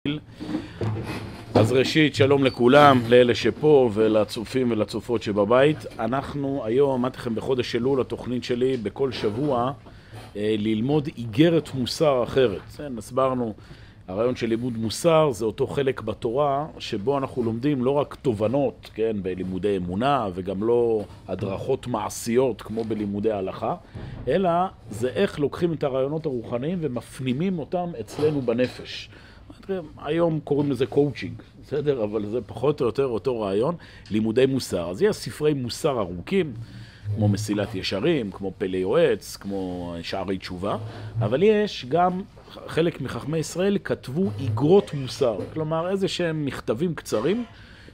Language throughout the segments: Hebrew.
אז ראשית, שלום לכולם, לאלה שפה ולצופים ולצופות שבבית. אנחנו היום, אמרתי לכם בחודש אלול, התוכנית שלי בכל שבוע ללמוד איגרת מוסר אחרת. הסברנו, הרעיון של לימוד מוסר זה אותו חלק בתורה שבו אנחנו לומדים לא רק תובנות, כן, בלימודי אמונה וגם לא הדרכות מעשיות כמו בלימודי ההלכה, אלא זה איך לוקחים את הרעיונות הרוחניים ומפנימים אותם אצלנו בנפש. היום קוראים לזה קואוצ'ינג, בסדר? אבל זה פחות או יותר אותו רעיון, לימודי מוסר. אז יש ספרי מוסר ארוכים, כמו מסילת ישרים, כמו פלא יועץ, כמו שערי תשובה, אבל יש גם חלק מחכמי ישראל כתבו איגרות מוסר, כלומר איזה שהם מכתבים קצרים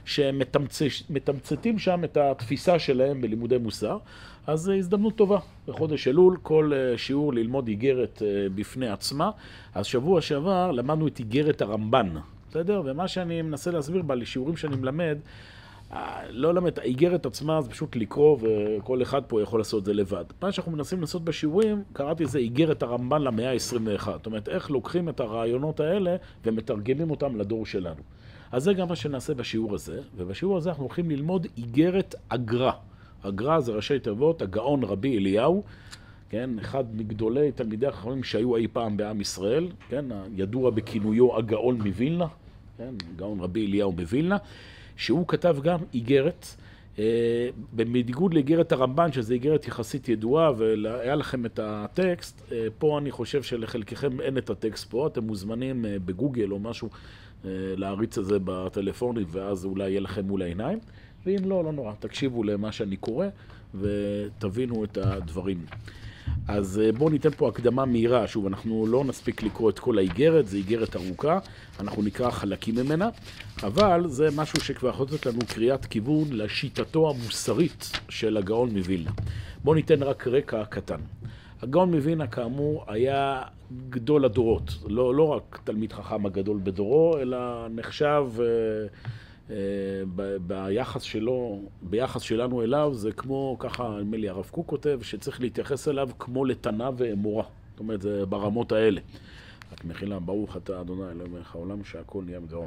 שמתמצתים שם את התפיסה שלהם בלימודי מוסר. אז זו הזדמנות טובה, בחודש אלול, כל שיעור ללמוד איגרת בפני עצמה. אז שבוע שעבר למדנו את איגרת הרמב"ן, בסדר? ומה שאני מנסה להסביר בשיעורים שאני מלמד, לא למד, האיגרת עצמה זה פשוט לקרוא, וכל אחד פה יכול לעשות את זה לבד. מה שאנחנו מנסים לעשות בשיעורים, קראתי זה איגרת הרמב"ן למאה ה-21. זאת אומרת, איך לוקחים את הרעיונות האלה ומתרגמים אותם לדור שלנו. אז זה גם מה שנעשה בשיעור הזה, ובשיעור הזה אנחנו הולכים ללמוד איגרת אגרא. אגרא זה ראשי תיבות, הגאון רבי אליהו, כן, אחד מגדולי תלמידי החכמים שהיו אי פעם בעם ישראל, כן, ידוע בכינויו הגאון מווילנה, כן, גאון רבי אליהו מווילנה, שהוא כתב גם איגרת, בניגוד לאיגרת הרמב"ן, שזה איגרת יחסית ידועה, והיה לכם את הטקסט, פה אני חושב שלחלקכם אין את הטקסט פה, אתם מוזמנים בגוגל או משהו להריץ את זה בטלפונים, ואז אולי יהיה לכם מול העיניים. ואם לא, לא נורא, תקשיבו למה שאני קורא ותבינו את הדברים. אז בואו ניתן פה הקדמה מהירה. שוב, אנחנו לא נספיק לקרוא את כל האיגרת, זה איגרת ארוכה, אנחנו נקרא חלקים ממנה, אבל זה משהו שכבר יכול לתת לנו קריאת כיוון לשיטתו המוסרית של הגאון מווילנה. בואו ניתן רק רקע קטן. הגאון מווילנה כאמור היה גדול הדורות, לא רק תלמיד חכם הגדול בדורו, אלא נחשב ביחס שלנו אליו, זה כמו, ככה נדמה לי הרב קוק כותב, שצריך להתייחס אליו כמו לתנא ואמורה. זאת אומרת, זה ברמות האלה. רק מחילה, ברוך אתה אדוני אלוהים מלך העולם שהכל נהיה בדברו.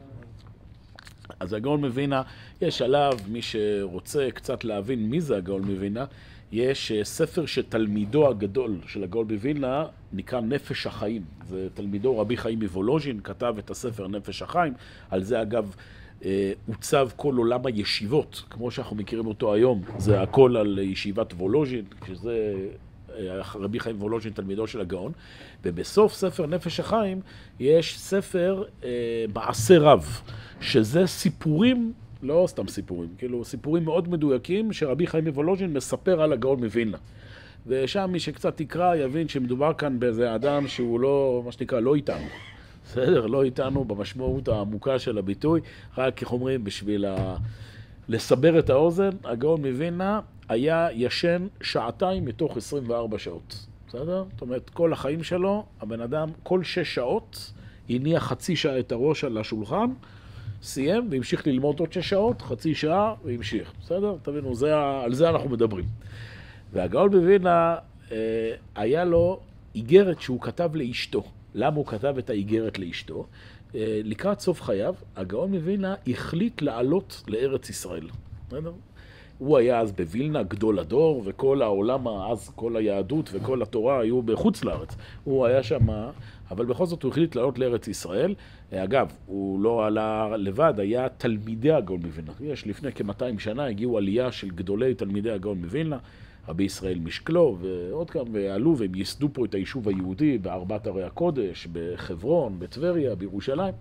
אז הגאון מווילנה, יש עליו, מי שרוצה קצת להבין מי זה הגאון מווילנה, יש ספר שתלמידו הגדול של הגאון מווילנה נקרא נפש החיים. זה תלמידו רבי חיים מוולוז'ין, כתב את הספר נפש החיים. על זה אגב עוצב כל עולם הישיבות, כמו שאנחנו מכירים אותו היום. זה הכל על ישיבת וולוז'ין, שזה רבי חיים וולוז'ין תלמידו של הגאון. ובסוף ספר נפש החיים יש ספר מעשה רב, שזה סיפורים, לא סתם סיפורים, כאילו סיפורים מאוד מדויקים שרבי חיים מוולוז'ין מספר על הגאון מווילנה. ושם מי שקצת תקרא יבין שמדובר כאן באיזה אדם שהוא לא, מה שנקרא, לא איתנו. בסדר? לא איתנו במשמעות העמוקה של הביטוי, רק איך אומרים, בשביל לסבר את האוזן, הגאון מווילנה היה ישן שעתיים מתוך 24 שעות. בסדר? זאת אומרת, כל החיים שלו, הבן אדם, כל 6 שעות, הניח חצי שעה את הראש על השולחן, סיים והמשיך ללמוד עוד 6 שעות, חצי שעה והמשיך. בסדר? תבינו, על זה אנחנו מדברים. והגאון מווילנה, היה לו איגרת שהוא כתב לאשתו. למה הוא כתב את האיגרת לאשתו? לקראת סוף חייו, הגאון מווילנה החליט לעלות לארץ ישראל. הוא היה אז בווילנה, גדול הדור, וכל העולם, אז כל היהדות וכל התורה היו בחוץ לארץ. הוא היה שם, אבל בכל זאת הוא החליט לעלות לארץ ישראל. אגב, הוא לא עלה לבד, היה תלמידי הגאון מווילנה. יש לפני כ-200 שנה הגיעו עלייה של גדולי תלמידי הגאון מווילנה, רבי ישראל משקלו ועוד כמה, ועלו והם ייסדו פה את היישוב היהודי בארבעת ערי הקודש, בחברון, בטבריה, בירושלים.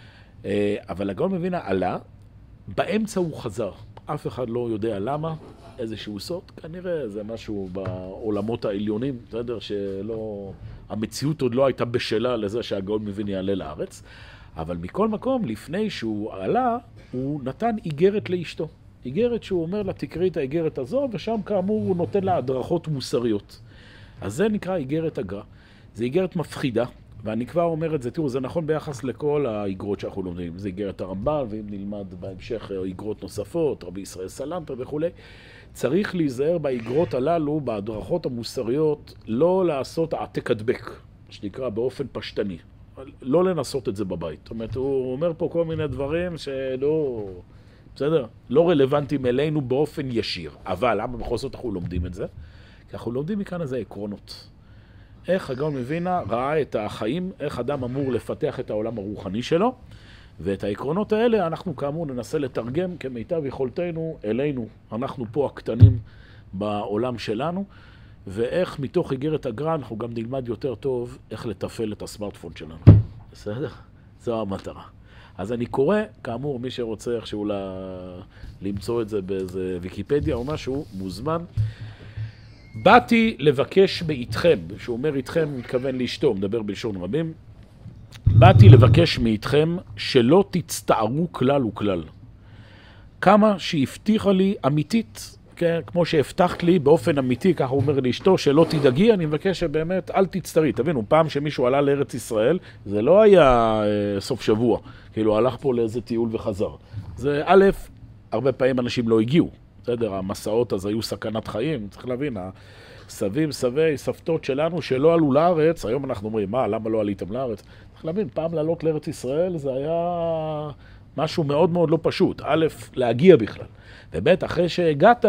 אבל הגאון מווילנה עלה, באמצע הוא חזר. אף אחד לא יודע למה, איזשהו סוד, כנראה זה משהו בעולמות העליונים, בסדר, שלא, המציאות עוד לא הייתה בשלה לזה שהגאון מווילנה יעלה לארץ, אבל מכל מקום, לפני שהוא עלה, הוא נתן איגרת לאשתו. איגרת שהוא אומר לה, תקראי את האיגרת הזו, ושם כאמור הוא נותן לה הדרכות מוסריות. אז זה נקרא איגרת אגרא. זה איגרת מפחידה, ואני כבר אומר את זה, תראו, זה נכון ביחס לכל האיגרות שאנחנו לומדים. זה איגרת הרמב"ן, ואם נלמד בהמשך איגרות נוספות, רבי ישראל סלנטר וכו'. צריך להיזהר באיגרות הללו, בהדרכות המוסריות, לא לעשות העתק הדבק, שנקרא באופן פשטני. לא לנסות את זה בבית. זאת אומרת, הוא אומר פה כל מיני דברים שלא, בסדר? לא רלוונטיים אלינו באופן ישיר. אבל למה בכל זאת אנחנו לומדים את זה? כי אנחנו לומדים מכאן איזה עקרונות. איך הגאון מווילנה ראה את החיים, איך אדם אמור לפתח את העולם הרוחני שלו, ואת העקרונות האלה אנחנו כאמור ננסה לתרגם כמיטב יכולתנו אלינו. אנחנו פה הקטנים בעולם שלנו, ואיך מתוך איגרת הגר"א אנחנו גם נלמד יותר טוב איך לתפעל את הסמארטפון שלנו. בסדר? זו המטרה. אז אני קורא, כאמור, מי שרוצה איכשהו למצוא את זה באיזה ויקיפדיה או משהו, מוזמן. באתי לבקש מאיתכם, שהוא אומר איתכם, הוא מתכוון לאשתו, מדבר בלשון רבים. באתי לבקש מאיתכם שלא תצטערו כלל וכלל. כמה שהבטיחה לי אמיתית, כן? כמו שהבטחת לי באופן אמיתי, ככה הוא אומר לאשתו, שלא תדאגי, אני מבקש שבאמת אל תצטערי. תבינו, פעם שמישהו עלה לארץ ישראל, זה לא היה סוף שבוע, כאילו הלך פה לאיזה טיול וחזר. זה א', הרבה פעמים אנשים לא הגיעו. בסדר, המסעות אז היו סכנת חיים, צריך להבין, סבים, סבי, סבתות שלנו שלא עלו לארץ, היום אנחנו אומרים, למה לא עליתם לארץ? צריך להבין, פעם לעלות לארץ ישראל זה היה משהו מאוד מאוד לא פשוט. א', להגיע בכלל. וב', אחרי שהגעת,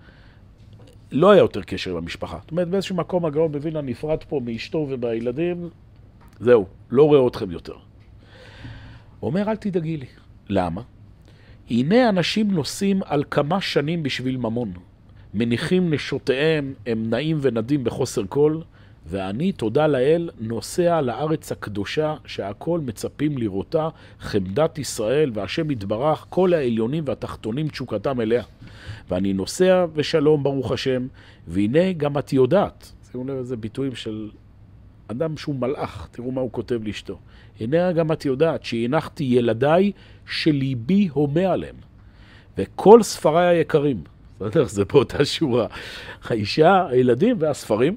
לא היה יותר קשר עם המשפחה. זאת אומרת, באיזשהו מקום הגאון מווילנה נפרד פה מאשתו ובילדים, זהו, לא רואה אתכם יותר. הוא אומר, אל תדאגי לי. למה? הנה אנשים נוסעים על כמה שנים בשביל ממון. מניחים נשותיהם, הם נעים ונדים בחוסר כל, ואני, תודה לאל, נוסע לארץ הקדושה, שהכל מצפים לראותה, חמדת ישראל, והשם יתברך, כל העליונים והתחתונים תשוקתם אליה. ואני נוסע ושלום ברוך השם, והנה גם את יודעת, זה ביטויים של אדם שהוא מלאך, תראו מה הוא כותב לאשתו. הנה גם את יודעת שהנחתי ילדיי שליבי הומה עליהם, וכל ספריי היקרים, זה באותה שורה, האישה, הילדים והספרים,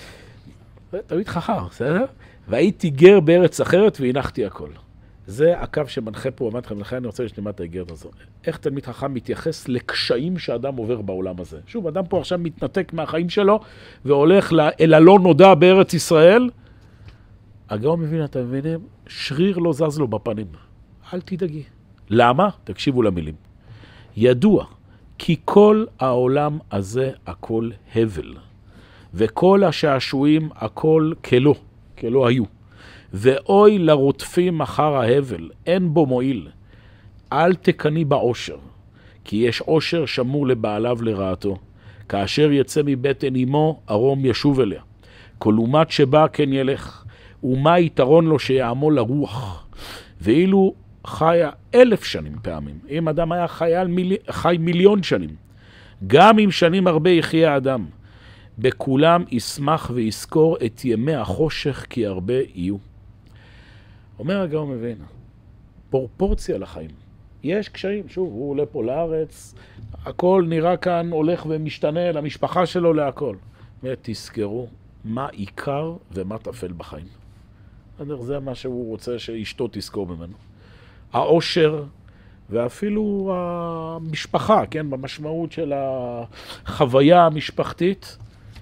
תמיד חכם, בסדר? והייתי גר בארץ אחרת והנחתי הכל. זה הקו שמנחה פה, אמרתי לכם, לכן אני רוצה לשלמה את האיגרת הזו. איך תלמיד חכם מתייחס לקשיים שאדם עובר בעולם הזה? שוב, אדם פה עכשיו מתנתק מהחיים שלו, והולך אל הלא נודע בארץ ישראל. הגאון מבין, אתם מבינים? שריר לא זז לו בפנים. אל תדאגי. למה? תקשיבו למילים. ידוע, כי כל העולם הזה הכל הבל. וכל השעשועים הכל כלא היו. ואוי לרודפים אחר ההבל, אין בו מועיל. אל תקני בעושר, כי יש עושר שמור לבעליו לרעתו. כאשר יצא מבטן אמו, ארום ישוב אליה. כל אומת שבא כן ילך, ומה יתרון לו שיעמול לרוח. ואילו חיה 1000 שנים פעמים, אם אדם היה חי 1,000,000 שנים, גם אם שנים הרבה יחיה אדם, בכולם ישמח ויזכור את ימי החושך כי הרבה יהיו. אומר הגאון מווילנה, פרופורציה לחיים. יש קשיים, שוב, הוא עולה פה לארץ, הכל נראה כאן הולך ומשתנה למשפחה שלו להכל. תזכרו מה עיקר ומה תפל בחיים. זה מה שהוא רוצה שאשתו תזכור ממנו. העושר ואפילו המשפחה, כן, במשמעות של החוויה המשפחתית,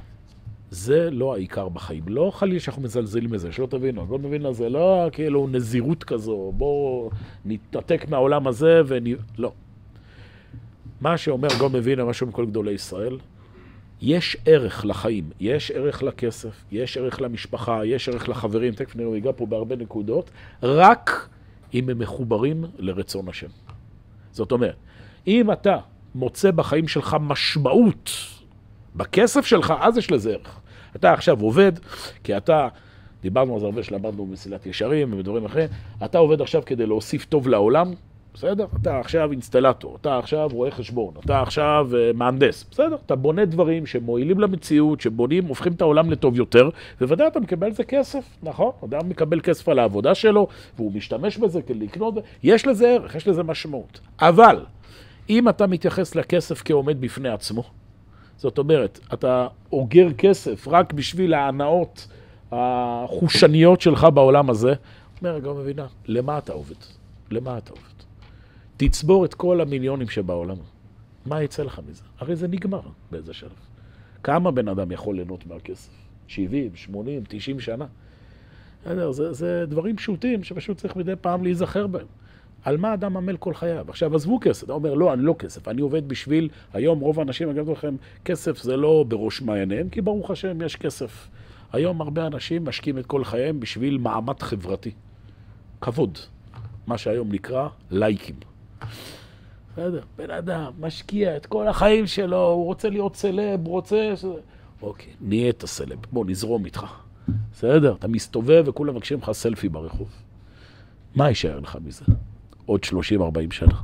זה לא העיקר בחיים. לא חלילה שאנחנו מזלזלים בזה, שלא תבינו. לא מבין זה לא כאילו נזירות כזו, בואו נתנתק מהעולם הזה לא. מה שאומר גאון מווילנה, מה שאומר כל גדולי ישראל, יש ערך לחיים, יש ערך לכסף, יש ערך למשפחה, יש ערך לחברים, תכף ניגע פה בהרבה נקודות, רק אם הם מחוברים לרצון השם. זאת אומרת, אם אתה מוצא בחיים שלך משמעות בכסף שלך, אז יש לזה ערך. אתה עכשיו עובד, כי אתה, דיברנו על זה הרבה שלמדנו במסילת ישרים ובדברים אחרים, אתה עובד עכשיו כדי להוסיף טוב לעולם, בסדר? אתה עכשיו אינסטלטור, אתה עכשיו רואה חשבון, אתה עכשיו מהנדס, בסדר? אתה בונה דברים שמועילים למציאות, שבונים, הופכים את העולם לטוב יותר, ובוודאי אתה מקבל זה כסף, נכון? אדם מקבל כסף על העבודה שלו, והוא משתמש בזה כדי לקנות, יש לזה ערך, יש לזה משמעות. אבל, אם אתה מתייחס לכסף כעומד בפני עצמו, זאת אומרת, אתה אוגר כסף רק בשביל ההנאות החושניות שלך בעולם הזה, אומר, גם מבינה, למה אתה עובד? למה אתה עובד? תצבור את כל המיליונים שבעולם. מה יצא לך מזה? הרי זה נגמר באיזה שלב. כמה בן אדם יכול ליהנות מהכסף? 70, 80, 90 שנה? זה דברים פשוטים שפשוט צריך מדי פעם להיזכר בהם. על מה אדם עמל כל חייו? עכשיו, עזבו כסף. אתה אומר, לא, אני לא כסף. אני עובד בשביל, היום רוב האנשים, אגב לכם, כסף זה לא בראש מעייניהם, כי ברוך השם יש כסף. היום הרבה אנשים משקיעים את כל חייהם בשביל מעמד חברתי. כבוד. מה שהיום נקרא לייקים. בסדר, בן אדם משקיע את כל החיים שלו, הוא רוצה להיות סלב, הוא רוצה... אוקיי, נהיית סלב. בוא, נזרום איתך. בסדר, אתה מסתובב וכולם מבקשים לך סלפי ברחוב. מה יישאר לך מזה? עוד 30-40 שנה.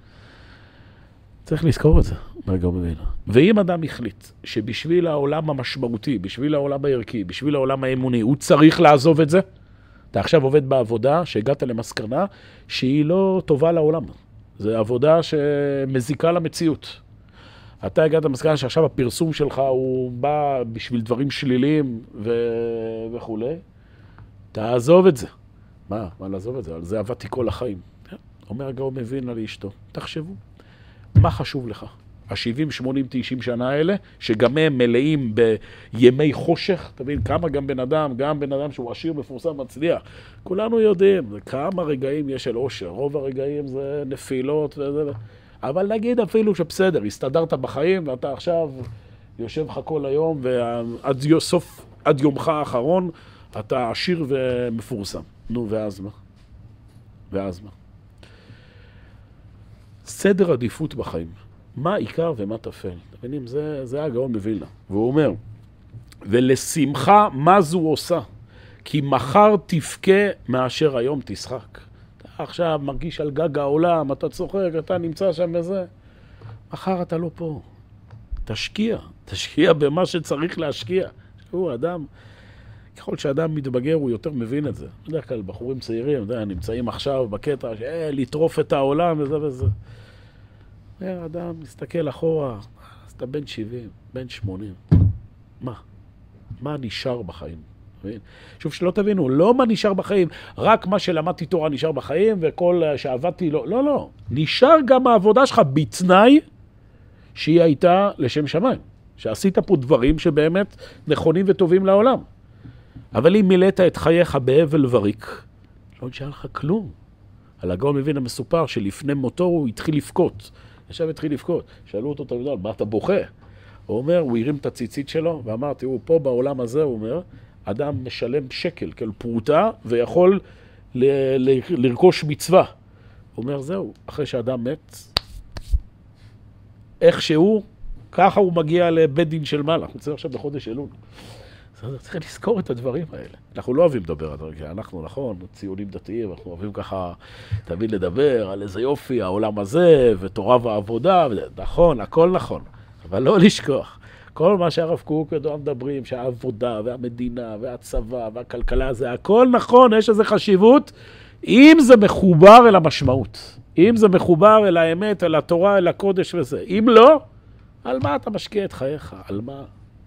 צריך לזכור את זה, ברגע ומבין. ואם אדם החליט שבשביל העולם המשמעותי, בשביל העולם הערכי, בשביל העולם האמוני, הוא צריך לעזוב את זה, אתה עכשיו עובד בעבודה שהגעת למסקנה שהיא לא טובה לעולם. זו עבודה שמזיקה למציאות. אתה הגעת למסקנה שעכשיו הפרסום שלך הוא בא בשביל דברים שליליים וכו'. תעזוב את זה. מה לעזוב את זה? על זה עבדתי כל החיים. אומר הגאון מווילנה לאשתו, תחשבו, מה חשוב לך? ה-70, 80, 90 שנה האלה, שגם הם מלאים בימי חושך, תבין, כמה גם בן אדם שהוא עשיר, מפורסם, מצליח. כולנו יודעים, כמה רגעים יש של עושר, רוב הרגעים זה נפילות וזה. אבל נגיד אפילו שבסדר, הסתדרת בחיים, ואתה עכשיו יושב לך כל היום, ועד יומך האחרון, אתה עשיר ומפורסם. נו, ואז מה? סדר עדיפות בחיים. מה עיקר ומה תפל? אתם מבינים? זה הגאון מווילנה. והוא אומר, ולשמחה מה זו עושה? כי מחר תבכה מאשר היום תשחק. אתה עכשיו מרגיש על גג העולם, אתה צוחק, אתה נמצא שם בזה. מחר אתה לא פה. תשקיע במה שצריך להשקיע. הוא אדם, ככל שאדם מתבגר הוא יותר מבין את זה. בדרך כלל בחורים צעירים, נמצאים עכשיו בקטע לטרוף את העולם וזה וזה. אדם מסתכל אחורה, אז אתה בן 70, בן 80. מה נשאר בחיים? שוב, שלא תבינו, לא מה נשאר בחיים, רק מה שלמדתי תורה נשאר בחיים, וכל שעבדתי לא. לא. נשאר גם העבודה שלך בתנאי שהיא הייתה לשם שמיים. שעשית פה דברים שבאמת נכונים וטובים לעולם. אבל אם מילאת את חייך בהבל וריק, לא נשאר לך כלום. על הגאון מווילנה מסופר שלפני מותו הוא התחיל לבכות. עכשיו התחיל לבכות. שאלו אותו תלמידיו, מה אתה בוכה? הוא אומר, הוא הרים את הציצית שלו, ואמר, תראו, פה בעולם הזה, הוא אומר, אדם משלם שקל, כל פרוטה, ויכול לרכוש מצווה. הוא אומר, זהו, אחרי שאדם מת, איכשהו, ככה הוא מגיע לבית דין של מעלה. אנחנו נמצאים עכשיו בחודש אלול. צריך לזכור את הדברים האלה. אנחנו לא אוהבים לדבר על זה, אנחנו, נכון, ציונים דתיים, אנחנו אוהבים ככה תמיד לדבר על איזה יופי, העולם הזה, ותורה ועבודה, נכון, הכל נכון. אבל לא לשכוח. כל מה שהרב קוק מדברים, שהעבודה והמדינה והצבא והכלכלה, זה הכל נכון, יש איזו חשיבות, אם זה מחובר אל המשמעות. אם זה מחובר אל האמת, אל התורה, אל הקודש וזה. אם לא, על מה אתה משקיע את חייך? על מה?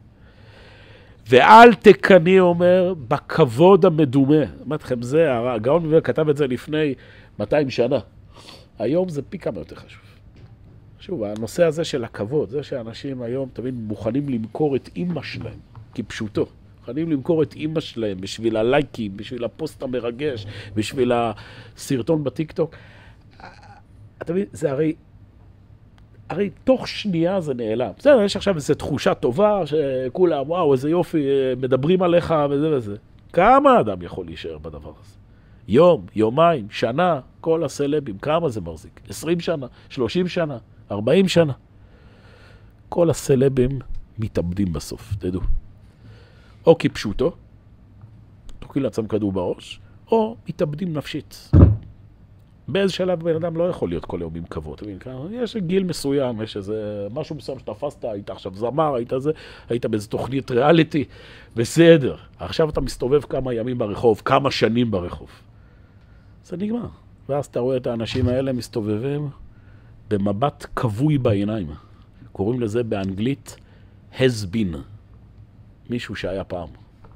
ואל תקני, אומר, בכבוד המדומה. אמרתי לכם, הגאון מווילנה כתב את זה לפני 200 שנה. היום זה פי כמה יותר חשוב. שוב, הנושא הזה של הכבוד, זה שאנשים היום, תמיד מוכנים למכור את אמא שלהם, כפשוטו. מוכנים למכור את אמא שלהם בשביל הלייקים, בשביל הפוסט המרגש, בשביל הסרטון בטיקטוק. אתה מבין, זה הרי תוך שנייה זה נעלם. בסדר, יש עכשיו איזו תחושה טובה, שכולם, וואו, איזה יופי, מדברים עליך וזה וזה. כמה אדם יכול להישאר בדבר הזה? יום, יומיים, שנה, כל הסלבים, כמה זה מחזיק? 20 שנה, 30 שנה, 40 שנה. כל הסלבים מתאבדים בסוף, תדעו. או כפשוטו, תוקעים לעצם כדור בראש, או מתאבדים נפשית. באיזה שלב בן אדם לא יכול להיות כל יום עם כבוד. יש גיל מסוים, יש איזה משהו מסוים שתפסת, היית עכשיו זמר, היית באיזו תוכנית ריאליטי, בסדר. עכשיו אתה מסתובב כמה ימים ברחוב, כמה שנים ברחוב. זה נגמר. ואז אתה רואה את האנשים האלה מסתובבים במבט כבוי בעיניים. קוראים לזה באנגלית has been. מישהו שהיה פעם.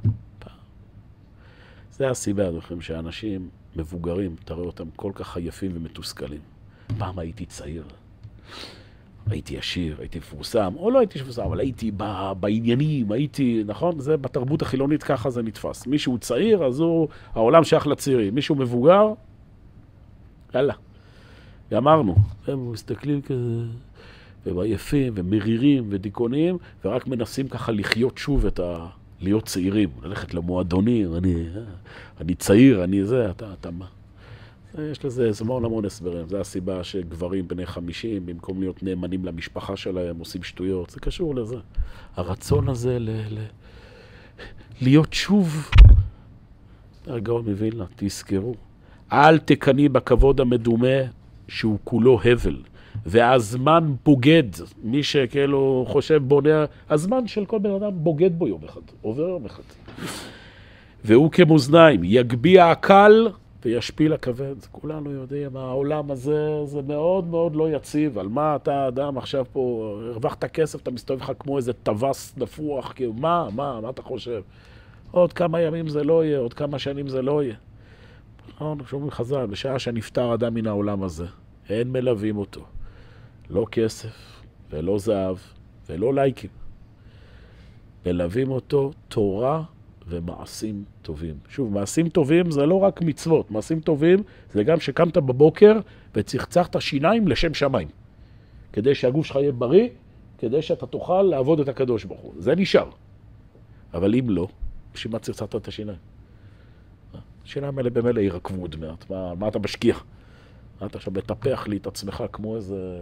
זה הסיבה, לכם, שאנשים מבוגרים, תראה אותם כל כך עייפים ומתוסכלים. פעם הייתי צעיר. הייתי עשיר, הייתי מפורסם, או לא הייתי מפורסם, אבל הייתי בעניינים, הייתי, נכון? זה בתרבות החילונית, ככה זה נתפס. מישהו צעיר, אז העולם שייך לצעירים. מישהו מבוגר, יאללה. אמרנו, הם מסתכלים כזה, ויפים, ומרירים, ודיכאוניים, ורק מנסים ככה לחיות שוב להיות צעירים, ללכת למועדונים, אני צעיר, אני זה, אתה מה? יש לזה המון הסברים. זה הסיבה שגברים בני 50, במקום להיות נאמנים למשפחה שלהם, עושים שטויות. זה קשור לזה. הרצון הזה להיות שוב, הגאון מווילנה, תזכרו. אל תקני בכבוד המדומה שהוא כולו הבל. והזמן בוגד. מי שכאילו חושב בונה, הזמן של כל בן אדם בוגד בו יום אחד. עובר יום אחד. והוא כמאזניים, יגביה הקל וישפיל הכבד. כולנו יודעים, העולם הזה זה מאוד מאוד לא יציב. על מה אתה אדם עכשיו פה, הרווחת כסף, אתה מסתובב לך כמו איזה טווס נפוח, כאילו, מה אתה חושב? עוד כמה ימים זה לא יהיה, עוד כמה שנים זה לא יהיה. שומעים חז"ל, בשעה שנפטר אדם מן העולם הזה, אין מלווים אותו. לא כסף, ולא זהב, ולא לייקים. מלווים אותו תורה ומעשים טובים. שוב, מעשים טובים זה לא רק מצוות. מעשים טובים זה גם שקמת בבוקר וצחצחת שיניים לשם שמיים. כדי שהגוף שלך יהיה בריא, כדי שאתה תוכל לעבוד את הקדוש ברוך הוא. זה נשאר. אבל אם לא, בשביל מה צחצחת את השיניים? השיניים האלה במילא ירקבו עוד מעט. מה אתה משקיע? אתה עכשיו מטפח לי את עצמך כמו איזה...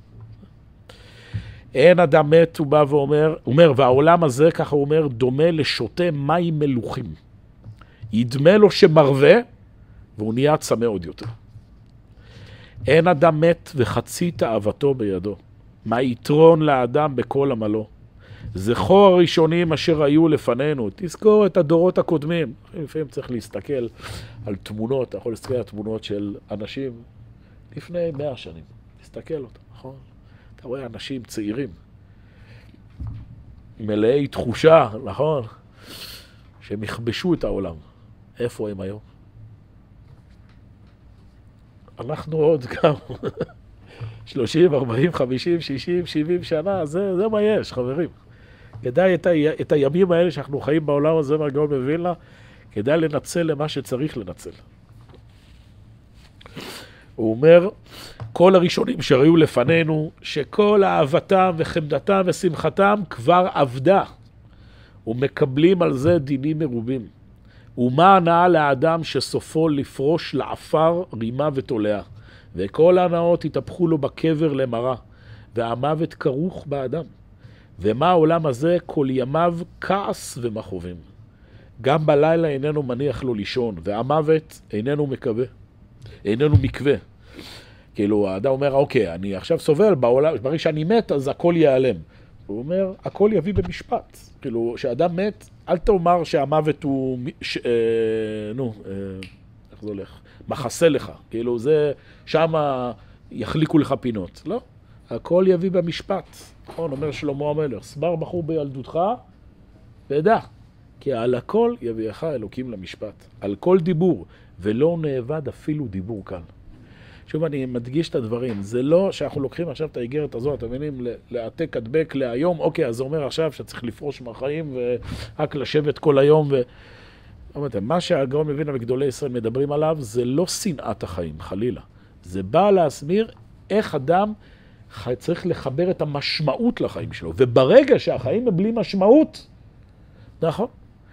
אין אדם מת, הוא בא ואומר, והעולם הזה, ככה הוא אומר, דומה לשותה מים מלוכים. ידמה לו שמרווה, והוא נהיה צמא עוד יותר. אין אדם מת וחצי תאוותו בידו. מה יתרון לאדם בכל עמלו? זכור הראשונים אשר היו לפנינו. תזכור את הדורות הקודמים. לפעמים צריך להסתכל על תמונות, אתה יכול להסתכל על תמונות של אנשים לפני 100 שנים. תסתכל אותם, נכון? אתה רואה אנשים צעירים, מלאי תחושה, נכון? שהם יכבשו את העולם. איפה הם היום? אנחנו עוד כמה 30, 40, 50, 60, 70 שנה, זה מה יש, חברים. כדאי את הימים האלה שאנחנו חיים בעולם הזה, מהגאון מווילנה, כדאי לנצל למה שצריך לנצל. הוא אומר, כל הראשונים שראו לפנינו, שכל אהבתם וחמדתם ושמחתם כבר עבדה, ומקבלים על זה דינים מרובים. ומה הנאה לאדם שסופו לפרוש לעפר, רימה ותולעה, וכל ההנאות התהפכו לו בקבר למראה, והמוות כרוך באדם. ומה העולם הזה? כל ימיו כעס ומכאובים. גם בלילה איננו מניח לו לישון, והמוות איננו מקווה. כאילו, האדם אומר, אוקיי, אני עכשיו סובל בעולם, ברגע שאני מת, אז הכל ייעלם. הוא אומר, הכל יביא במשפט. כאילו, כשאדם מת, אל תאמר שהמוות הוא, איך זה הולך? מחסה לך. כאילו, זה, שמה יחליקו לך פינות. לא, הכל יביא במשפט. נכון, אומר שלמה המלך, סבר בחור בילדותך, וידע, כי על הכל יביאך אלוקים למשפט. על כל דיבור, ולא נאבד אפילו דיבור כאן. שוב, אני מדגיש את הדברים. זה לא שאנחנו לוקחים עכשיו את האיגרת הזאת, אתם מבינים, להעתק הדבק להיום, אוקיי, אז זה אומר עכשיו שצריך לפרוש מהחיים ורק לשבת כל היום. מה שהגאון מווילנה וגדולי ישראל מדברים עליו, זה לא שנאת החיים, חלילה. זה בא להסביר איך אדם צריך לחבר את המשמעות לחיים שלו. וברגע שהחיים הם בלי משמעות, נכון?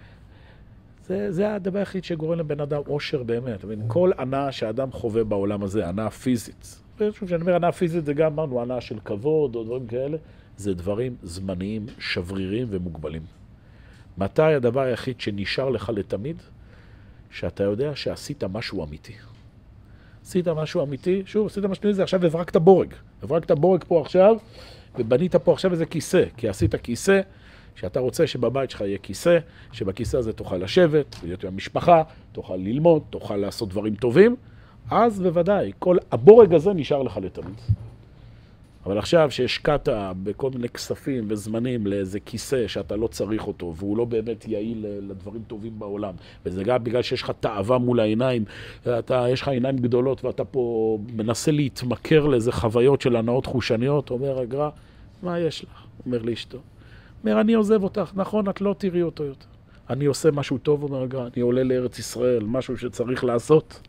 זה הדבר היחיד שגורם לבן אדם אושר באמת. כל ענה שאדם חווה בעולם הזה, ענה פיזית. כשאני אומר ענה פיזית זה גם אמרנו, ענה של כבוד או דברים כאלה, זה דברים זמניים, שברירים ומוגבלים. מתי הדבר היחיד שנשאר לך לתמיד? שאתה יודע שעשית משהו אמיתי. עשית משהו אמיתי, שוב, עשית משהו אמיתי, זה עכשיו הברקת בורג. הברקת בורג פה עכשיו, ובנית פה עכשיו איזה כיסא, כי עשית כיסא, שאתה רוצה שבבית שלך יהיה כיסא, שבכיסא הזה תוכל לשבת, להיות עם המשפחה, תוכל ללמוד, תוכל לעשות דברים טובים, אז בוודאי, כל הבורג הזה נשאר לך לתמיד. אבל עכשיו שהשקעת בכל מיני כספים וזמנים לאיזה כיסא שאתה לא צריך אותו, והוא לא באמת יעיל לדברים טובים בעולם, וזה גם בגלל שיש לך תאווה מול העיניים, יש לך עיניים גדולות ואתה פה מנסה להתמכר לאיזה חוויות של הנאות חושניות, אומר הגר"א, מה יש לך? אומר לאשתו. אומר, אני עוזב אותך, נכון, את לא תראי אותו יותר. אני עושה משהו טוב, אומר הגר"א, אני עולה לארץ ישראל, משהו שצריך לעשות.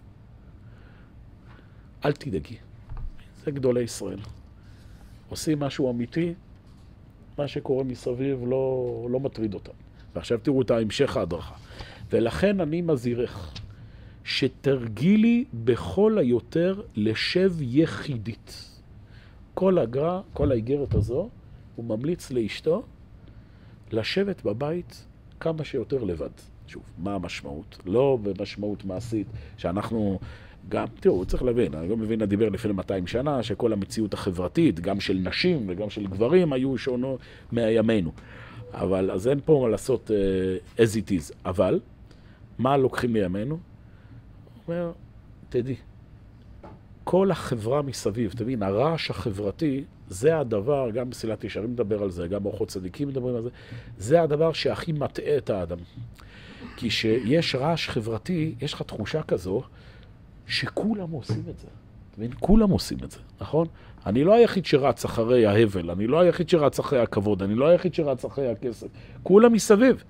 אל תדאגי, זה גדולי ישראל. עושים משהו אמיתי, מה שקורה מסביב לא מטריד אותם. ועכשיו תראו את ההמשך ההדרכה. ולכן אני מזהירך, שתרגילי בכל היותר לשב יחידית. כל הגר"א, כל האיגרת הזו, הוא ממליץ לאשתו לשבת בבית כמה שיותר לבד. שוב, מה המשמעות? לא במשמעות מעשית, שאנחנו גם, תראו, צריך להבין, אני לא מבין, דיבר לפני 200 שנה, שכל המציאות החברתית, גם של נשים וגם של גברים, היו שונות מהימינו. אבל, אז אין פה מה לעשות as it is. אבל, מה לוקחים מימינו? הוא אומר, תדעי, כל החברה מסביב, תבין, הרעש החברתי, זה הדבר, גם מסילת ישרים מדבר על זה, גם אורחות צדיקים מדברים על זה, זה הדבר שהכי מטעה את האדם. כי שיש רעש חברתי, יש לך תחושה כזו, שכולם עושים את זה. תבין, כולם עושים את זה, נכון? אני לא היחיד שרץ אחרי ההבל, אני לא היחיד שרץ אחרי הכבוד, אני לא היחיד שרץ אחרי הכסף. כולם מסביב.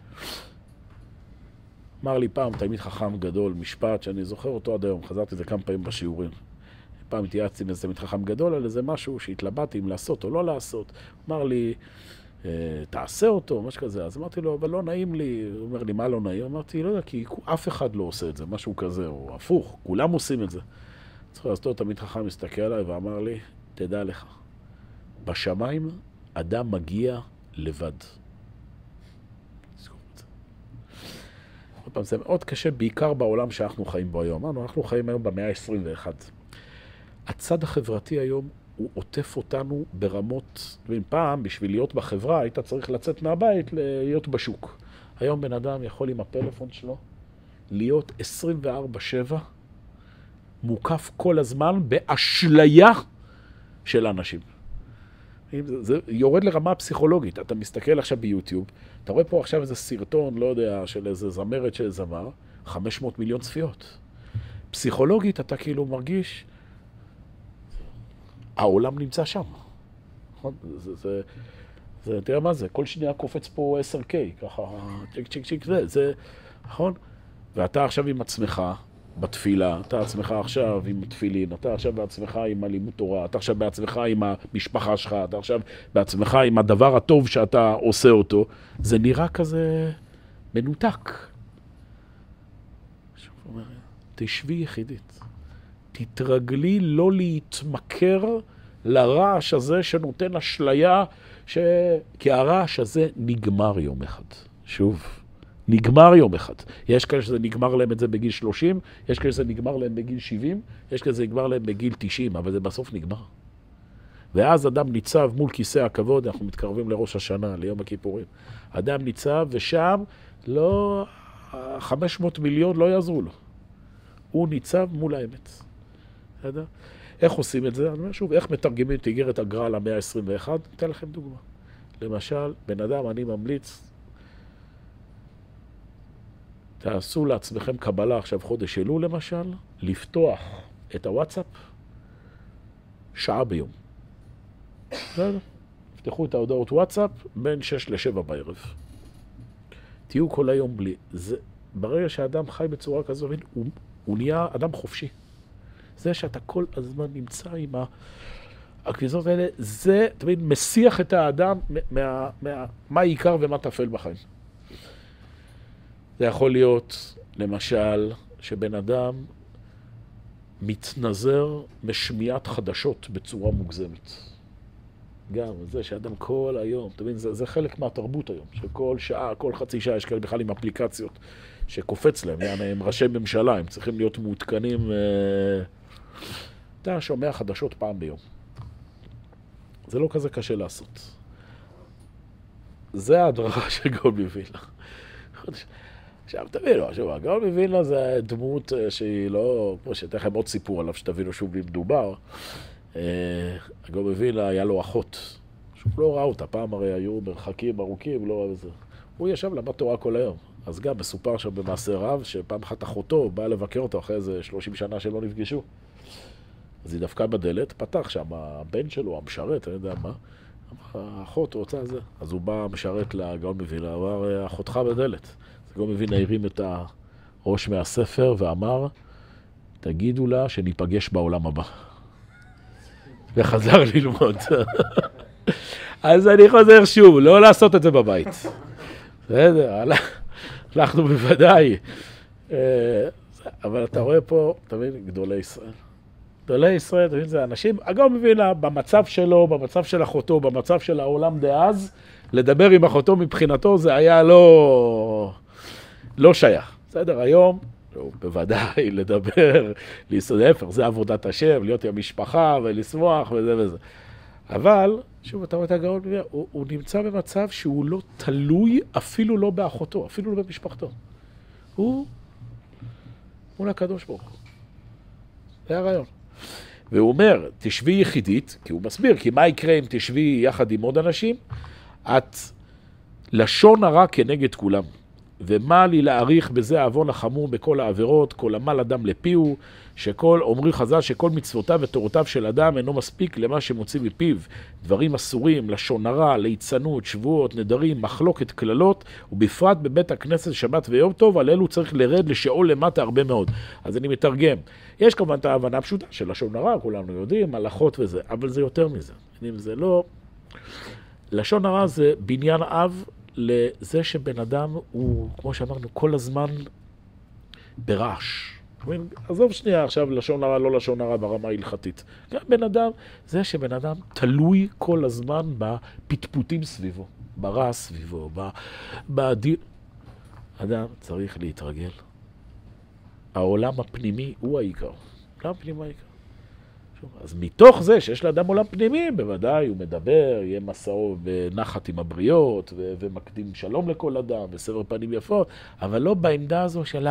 אמר לי פעם, תלמיד חכם גדול, משפט שאני זוכר אותו עד היום, חזרתי את זה כמה פעמים בשיעורים. פעם התייעצתי עם איזה תלמיד חכם גדול על איזה משהו שהתלבטתי אם לעשות או לא לעשות. אמר לי, תעשה אותו, משהו כזה. אז אמרתי לו, אבל לא נעים לי. הוא אומר לי, מה לא נעים? אמרתי, לא יודע, כי אף אחד לא עושה את זה, משהו כזה, או הפוך, כולם עושים את זה. צריך לעשות, תלמיד חכם מסתכל עליי ואמר לי, תדע לך, בשמיים אדם מגיע לבד. זה מאוד קשה, בעיקר בעולם שאנחנו חיים בו היום. אנחנו חיים היום במאה ה-21. הצד החברתי היום הוא עוטף אותנו ברמות, פעם בשביל להיות בחברה היית צריך לצאת מהבית להיות בשוק. היום בן אדם יכול עם הפלאפון שלו להיות 24/7 מוקף כל הזמן באשליה של אנשים. זה יורד לרמה פסיכולוגית. אתה מסתכל עכשיו ביוטיוב, אתה רואה פה עכשיו איזה סרטון, לא יודע, של איזה זמרת של זמר, 500 מיליון צפיות. פסיכולוגית אתה כאילו מרגיש, העולם נמצא שם. נכון? תראה מה זה, כל שנייה קופץ פה 10K, ככה, צ'יק, זה, נכון? ואתה עכשיו עם עצמך, בתפילה, אתה עצמך עכשיו עם תפילין, אתה עכשיו בעצמך עם הלימוד תורה, אתה עכשיו בעצמך עם המשפחה שלך, אתה עכשיו בעצמך עם הדבר הטוב שאתה עושה אותו, זה נראה כזה מנותק. תשבי יחידית, תתרגלי לא להתמכר לרעש הזה שנותן אשליה, כי הרעש הזה נגמר יום אחד. שוב. נגמר יום אחד. יש כאלה שזה נגמר להם את זה בגיל 30, יש כאלה שזה נגמר להם בגיל 70, יש כאלה שזה נגמר להם בגיל 90, אבל זה בסוף נגמר. ואז אדם ניצב מול כיסא הכבוד, אנחנו מתקרבים לראש השנה, ליום הכיפורים. אדם ניצב ושם לא, 500 מיליון לא יעזרו לו. הוא ניצב מול האמת. איך עושים את זה? אני אומר שוב, איך מתרגמים את איגרת הגר"א למאה ה-21? אתן לכם דוגמה. למשל, בן אדם, אני ממליץ, תעשו לעצמכם קבלה עכשיו חודש אלול למשל, לפתוח את הוואטסאפ שעה ביום. תפתחו את ההודעות וואטסאפ בין 6 ל-7 בערב. תהיו כל היום בלי. ברגע שהאדם חי בצורה כזו, הוא נהיה אדם חופשי. זה שאתה כל הזמן נמצא עם הכניסות האלה, זה תמיד מסיח את האדם מה העיקר ומה תפל בחיים. זה יכול להיות, למשל, שבן אדם מתנזר משמיעת חדשות בצורה מוגזמת. גם זה שאדם כל היום, אתה מבין, זה חלק מהתרבות היום, שכל שעה, כל חצי שעה יש כאלה בכלל עם אפליקציות שקופץ להם, הם ראשי ממשלה, הם צריכים להיות מעודכנים, אתה שומע חדשות פעם ביום. זה לא כזה קשה לעשות. זה ההדרכה של גאון מווילנה. עכשיו תבינו, גאון מווילנה זה דמות שהיא לא, כמו שתכף עוד סיפור עליו שתבינו שוב במדובר, הגאון מווילנה היה לו אחות, שהוא לא ראה אותה, פעם הרי היו מרחקים ארוכים, לא ראה את זה. הוא ישב למד תורה כל היום. אז גם מסופר שם במעשה רב, שפעם אחת אחותו באה לבקר אותו אחרי איזה 30 שנה שהם לא נפגשו. אז היא דפקה בדלת, פתח שם הבן שלו, המשרת, אני יודע מה. האחות רוצה זה. אז הוא בא משרת לגאון מווילנה, אמר, אחותך בדלת. אז הגאון מווילנה הרים את הראש מהספר ואמר, תגידו לה שניפגש בעולם הבא. וחזר ללמוד. אז אני חוזר שוב, לא לעשות את זה בבית. בסדר, אנחנו בוודאי. אבל אתה רואה פה, אתה מבין, גדולי ישראל. גדולי ישראל, אתה מבין, זה אנשים, הגאון מווילנה, במצב שלו, במצב של אחותו, במצב של העולם דאז, לדבר עם אחותו מבחינתו, זה היה לא שייך. בסדר, היום, בוודאי, לדבר, להפך, זה עבודת השם, להיות עם המשפחה ולשמוח וזה וזה. אבל, שוב, אתה רואה את הגאון מווילנה, הוא נמצא במצב שהוא לא תלוי אפילו לא באחותו, אפילו לא במשפחתו. הוא מול הקדוש ברוך הוא. זה הרעיון. והוא אומר, תשבי יחידית, כי הוא מסביר, כי מה יקרה אם תשבי יחד עם עוד אנשים? את לשון הרע כנגד כולם. ומה לי להעריך בזה העוון החמור בכל העבירות, כל עמל אדם לפיהו, אומרים חז"ל שכל מצוותיו ותורותיו של אדם אינו מספיק למה שמוציא מפיו, דברים אסורים, לשון הרע, ליצנות, שבועות, נדרים, מחלוקת, כללות, ובפרט בבית הכנסת שבת ויום טוב, על אלו צריך לרד לשאול למטה הרבה מאוד. אז אני מתרגם. יש כמובן את ההבנה הפשוטה של לשון הרע, כולנו יודעים, הלכות וזה, אבל זה יותר מזה. זה לא... לשון הרע זה בניין אב לזה שבן אדם הוא, כמו שאמרנו, כל הזמן ברעש. עזוב שנייה עכשיו לשון הרע, לא לשון הרע ברמה ההלכתית. גם בן אדם, זה שבן אדם תלוי כל הזמן בפטפוטים סביבו, ברע סביבו, בדין. אדם צריך להתרגל. העולם הפנימי הוא העיקר. העולם הפנימי הוא העיקר. אז מתוך זה שיש לאדם עולם פנימי, בוודאי הוא מדבר, יהיה מסעו בנחת עם הבריות, ומקדים שלום לכל אדם, וסבר פנים יפות, אבל לא בעמדה הזו של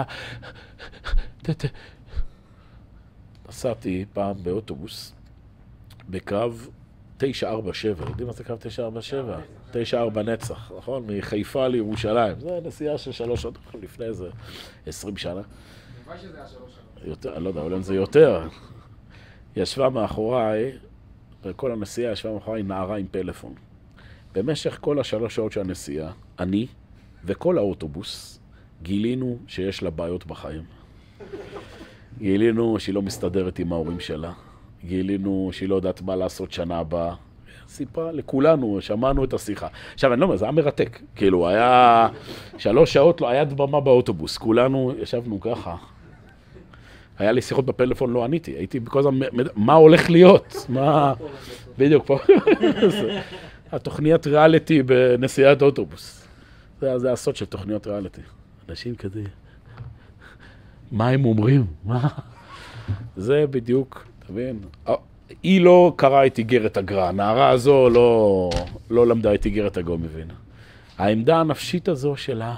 נסעתי פעם באוטובוס, בקו 947, יודעים מה זה קו 947? 94 נצח, נכון? מחיפה לירושלים. זה נסיעה של 3 שעות, לפני איזה 20 שנה. נראה שזה היה 3 שעות. יותר, אני לא יודע, אולי זה יותר. ישבה מאחוריי, וכל הנסיעה ישבה מאחוריי נערה עם פלאפון. במשך כל 3 שעות של הנסיעה, אני וכל האוטובוס גילינו שיש לה בעיות בחיים. גילינו שהיא לא מסתדרת עם ההורים שלה. גילינו שהיא לא יודעת מה לעשות שנה הבאה. סיפרה לכולנו, שמענו את השיחה. עכשיו, אני לא אומר, זה היה מרתק. כאילו, היה 3 שעות, לא היה דממה באוטובוס. כולנו ישבנו ככה. היה לי שיחות בפלאפון, לא עניתי. הייתי בכל הזמן, מה הולך להיות? מה... בדיוק פה. התוכניות ריאליטי בנסיעת אוטובוס. זה הסוד של תוכניות ריאליטי. אנשים כזה... מה הם אומרים? מה? זה בדיוק, תבין? היא לא קראה את איגרת הגר"א. הנערה הזו לא למדה את איגרת הגאון מווילנה. העמדה הנפשית הזו שלה...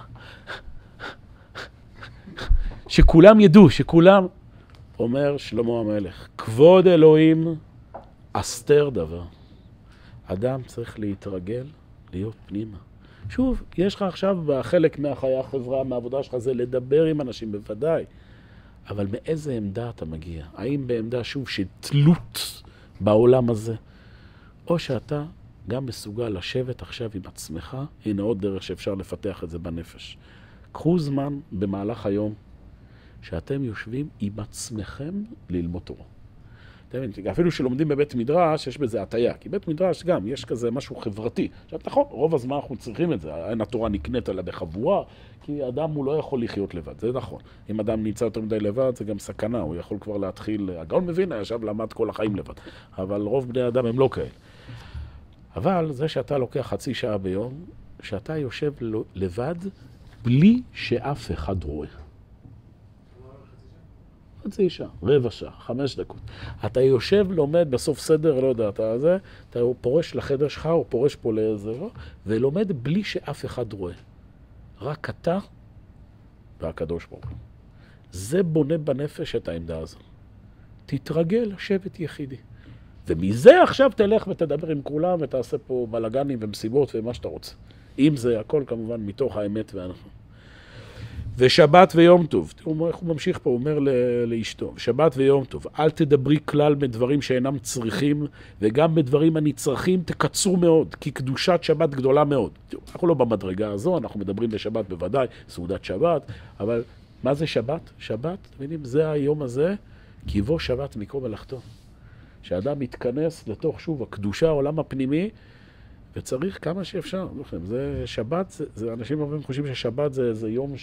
שכולם ידעו, שכולם... אומר שלמה המלך, כבוד אלוהים אסתר דבר. אדם צריך להתרגל, להיות פנימה. שוב, יש לך עכשיו בחלק מהחיי החברה, מהעבודה שלך, זה לדבר עם אנשים בוודאי. אבל מאיזה עמדה אתה מגיע? האם בעמדה שוב של תלות בעולם הזה? או שאתה גם מסוגל לשבת עכשיו עם עצמך, הנה עוד דרך שאפשר לפתח את זה בנפש. קחו זמן במהלך היום, שאתם יושבים עם עצמכם ללמוד תורה. אפילו שלומדים בבית מדרש, יש בזה הטיה, כי בית מדרש גם, יש כזה משהו חברתי. עכשיו, נכון, רוב הזמן אנחנו צריכים את זה, אין התורה נקנית עליה בחבורה, כי אדם הוא לא יכול לחיות לבד, זה נכון. אם אדם נמצא יותר מדי לבד, זה גם סכנה, הוא יכול כבר להתחיל, הגאון מווילנה ישב למד כל החיים לבד, אבל רוב בני אדם הם לא כאלה. אבל זה שאתה לוקח 0.5 שעה ביום, שאתה יושב לבד, בלי שאף אחד רואה. 0.5 שעה, 1/4 שעה, 5 דקות. אתה יושב, לומד בסוף סדר, לא יודע, אתה פורש לחדר שלך, או פורש פה לאיזה, ולומד בלי שאף אחד רואה. רק אתה והקדוש ברוך הוא. זה בונה בנפש את העמדה הזו. תתרגל לשבת יחידי. ומזה עכשיו תלך ותדבר עם כולם ותעשה פה בלגנים ומסיבות ומה שאתה רוצה. אם זה הכל כמובן מתוך האמת ואנחנו. ושבת ויום טוב, תראו איך הוא ממשיך פה, הוא אומר לאשתו, שבת ויום טוב, אל תדברי כלל בדברים שאינם צריכים, וגם בדברים הנצרכים תקצרו מאוד, כי קדושת שבת גדולה מאוד. תראו, אנחנו לא במדרגה הזו, אנחנו מדברים בשבת בוודאי, סעודת שבת, אבל מה זה שבת? שבת, מבינים, זה היום הזה, כי יבוא שבת מקום מלאכתו. שאדם מתכנס לתוך שוב הקדושה, העולם הפנימי, וצריך כמה שאפשר. זה שבת, זה אנשים הרבה חושבים ששבת זה יום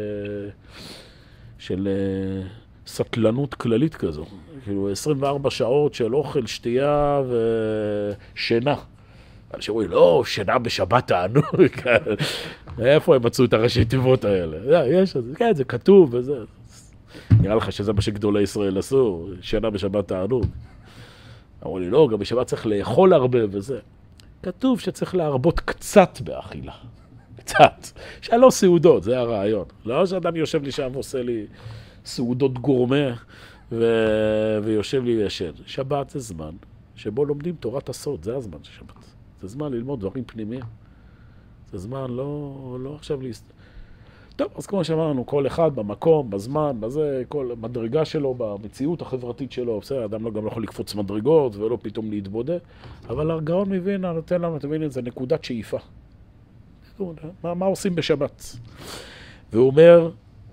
של סטלנות כללית כזו. כאילו 24 שעות של אוכל, שתייה ושינה. אנשים אומרים, לא, שינה בשבת תענוג. איפה הם מצאו את הראשי תיבות האלה? יש, כן, זה כתוב וזה. נראה לך שזה מה שגדולי ישראל עשו, שינה בשבת תענוג. אמרו לי, לא, גם בשבת צריך לאכול הרבה וזה. כתוב שצריך להרבות קצת באכילה. קצת. שלא סעודות, זה הרעיון. לא שאדם יושב לי שם ועושה לי סעודות גורמה ויושב לי ישן. שבת זה זמן שבו לומדים תורת הסוד, זה הזמן של שבת. זה זמן ללמוד דברים פנימיים. זה זמן לא עכשיו טוב, אז כמו שאמרנו, כל אחד במקום, בזמן, בזה, כל מדרגה שלו, במציאות החברתית שלו, בסדר, אדם גם לא יכול לקפוץ מדרגות ולא פתאום להתבודד, אבל הגאון מבין, נותן לנו, אתם מבינים, זה נקודת שאיפה. מה עושים בשבת? והוא אומר,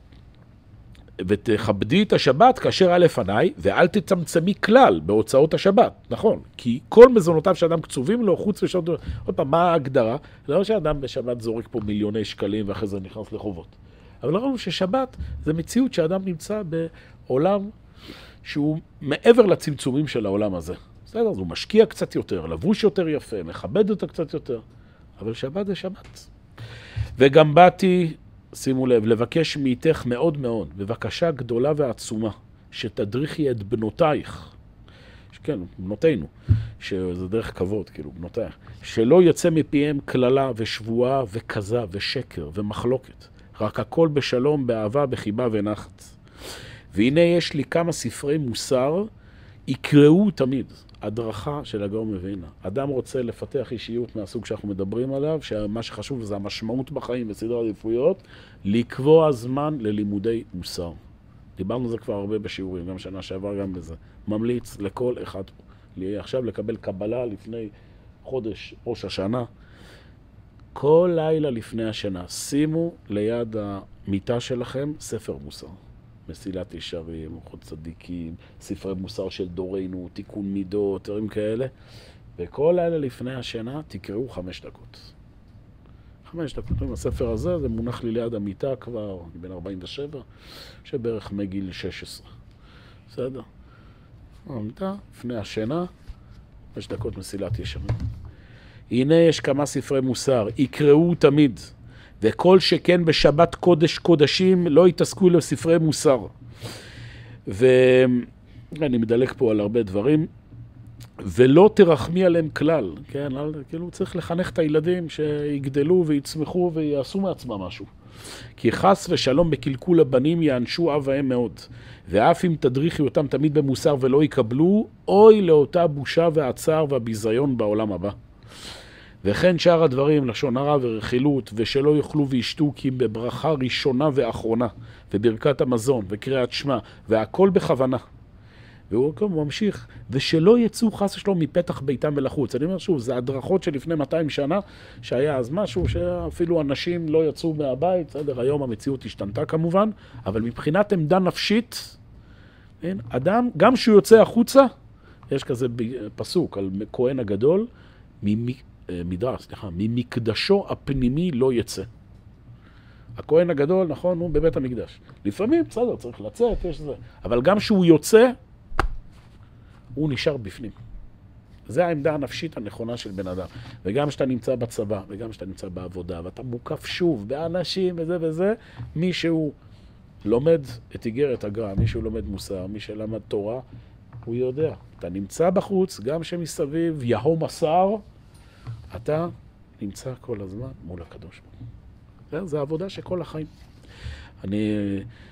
ותכבדי את השבת כאשר היה לפניי, ואל תצמצמי כלל בהוצאות השבת, נכון? כי כל מזונותיו שאדם קצובים לו, חוץ ושעות, עוד פעם, מה ההגדרה? לא שאדם בשבת זורק פה מיליוני שקלים ואחרי זה נכנס לחובות. אבל ראינו ששבת זה מציאות שאדם נמצא בעולם שהוא מעבר לצמצומים של העולם הזה. בסדר, אז הוא משקיע קצת יותר, לבוש יותר יפה, מכבד אותה קצת יותר, אבל שבת זה שבת. וגם באתי, שימו לב, לבקש מאיתך מאוד מאוד, בבקשה גדולה ועצומה, שתדריכי את בנותייך, כן, בנותינו, שזה דרך כבוד, כאילו, בנותייך, שלא יצא מפיהם כללה ושבועה וכזה ושקר ומחלוקת, רק הכל בשלום, באהבה, בחיבה ונחת. והנה יש לי כמה ספרי מוסר, יקראו תמיד, הדרכה של הגאון מווילנה. אדם רוצה לפתח אישיות מהסוג שאנחנו מדברים עליו, שמה שחשוב זה המשמעות בחיים וסדר העדיפויות, לקבוע זמן ללימודי מוסר. דיברנו על זה כבר הרבה בשיעורים, גם שנה שעבר גם בזה. ממליץ לכל אחד פה. עכשיו לקבל קבלה לפני חודש, ראש השנה. כל לילה לפני השנה, שימו ליד המיטה שלכם ספר מוסר. מסילת ישרים, אורחות צדיקים, ספרי מוסר של דורנו, תיקון מידות, דברים כאלה. וכל לילה לפני השינה תקראו 5 דקות. 5 דקות. הספר הזה, זה מונח לי ליד המיטה כבר, בין 47, שבערך מגיל 16. בסדר? המיטה, לפני השינה, 5 דקות מסילת ישרים. הנה יש כמה ספרי מוסר, יקראו תמיד. וכל שכן בשבת קודש קודשים לא יתעסקו לספרי מוסר. ואני מדלק פה על הרבה דברים. ולא תרחמי עליהם כלל. כן, כאילו צריך לחנך את הילדים שיגדלו ויצמחו ויעשו מעצמם משהו. כי חס ושלום בקלקול הבנים יענשו אב והם מאוד. ואף אם תדריכי אותם תמיד במוסר ולא יקבלו, אוי לאותה בושה והצער והביזיון בעולם הבא. וכן שאר הדברים, לשון הרע ורכילות, ושלא יאכלו וישתו כי בברכה ראשונה ואחרונה, וברכת המזון, וקריאת שמע, והכל בכוונה. והוא ממשיך, ושלא יצאו חס ושלום מפתח ביתם ולחוץ. אני אומר שוב, זה הדרכות שלפני 200 שנה, שהיה אז משהו שאפילו אנשים לא יצאו מהבית, בסדר, היום המציאות השתנתה כמובן, אבל מבחינת עמדה נפשית, אדם, גם שהוא יוצא החוצה, יש כזה פסוק על כהן הגדול, ממקדשו הפנימי לא יצא. הכהן הגדול, נכון, הוא בבית המקדש. לפעמים, בסדר, צריך לצאת, יש זה. אבל גם שהוא יוצא, הוא נשאר בפנים. זה העמדה הנפשית הנכונה של בן אדם. וגם שאתה נמצא בצבא, וגם שאתה נמצא בעבודה, ואתה מוקף שוב באנשים וזה וזה, מי שהוא לומד את איגרת הגר"א, מי שהוא לומד מוסר, מי שלמד תורה, הוא יודע. אתה נמצא בחוץ, גם שמסביב יהום השר, אתה נמצא כל הזמן מול הקדוש ברוך הוא. זה העבודה של כל החיים. אני